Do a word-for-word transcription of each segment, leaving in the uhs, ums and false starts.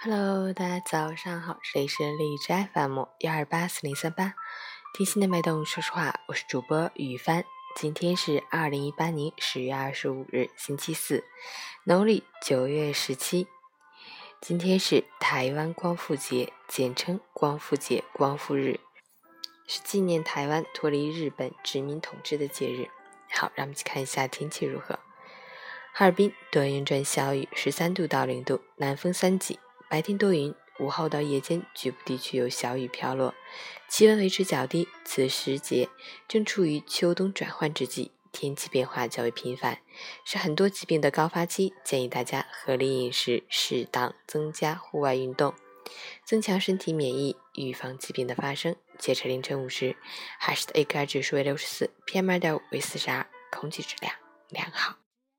Hello， 大家早上好，这里是荔枝 F M 幺二八四零三八，听心的脉动，说实话，我是主播雨帆。今天是二零一八年十月二十五日，星期四，农历九月十七。今天是台湾光复节，简称光复节、光复日，是纪念台湾脱离日本殖民统治的节日。好，让我们去看一下天气如何。哈尔滨多云转小雨，十三度到零度，南风三级。白天多云，午后到夜间局部地区有小雨飘落，气温维持较低。此时节正处于秋冬转换之际，天气变化较为频繁，是很多疾病的高发期，建议大家合理饮食，适当增加户外运动，增强身体免疫，预防疾病的发生。截至凌晨五时，海市的 A Q I 指数为六十四 ，P M 二点五 为四十二，空气质量良好。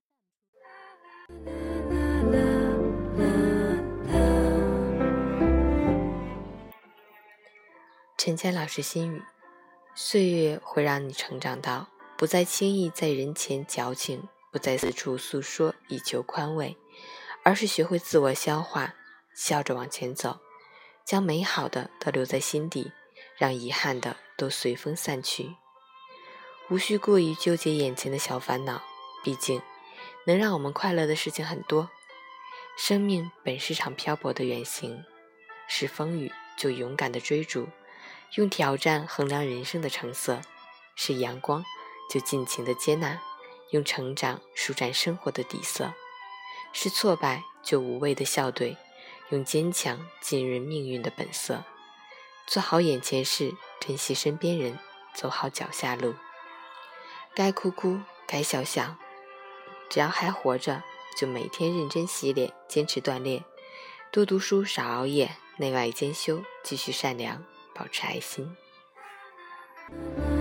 陈谦老师心语：岁月会让你成长到不再轻易在人前矫情，不再四处诉说以求宽慰，而是学会自我消化，笑着往前走，将美好的都留在心底，让遗憾的都随风散去。无需过于纠结眼前的小烦恼，毕竟能让我们快乐的事情很多。生命本是场漂泊的远行，是风雨就勇敢地追逐，用挑战衡量人生的成色，是阳光就尽情的接纳，用成长舒展生活的底色，是挫败就无畏的笑对，用坚强浸润命运的本色。做好眼前事，珍惜身边人，走好脚下路。该哭哭，该笑笑，只要还活着，就每天认真洗脸，坚持锻炼，多读书，少熬夜，内外兼修，继续善良，保持爱心。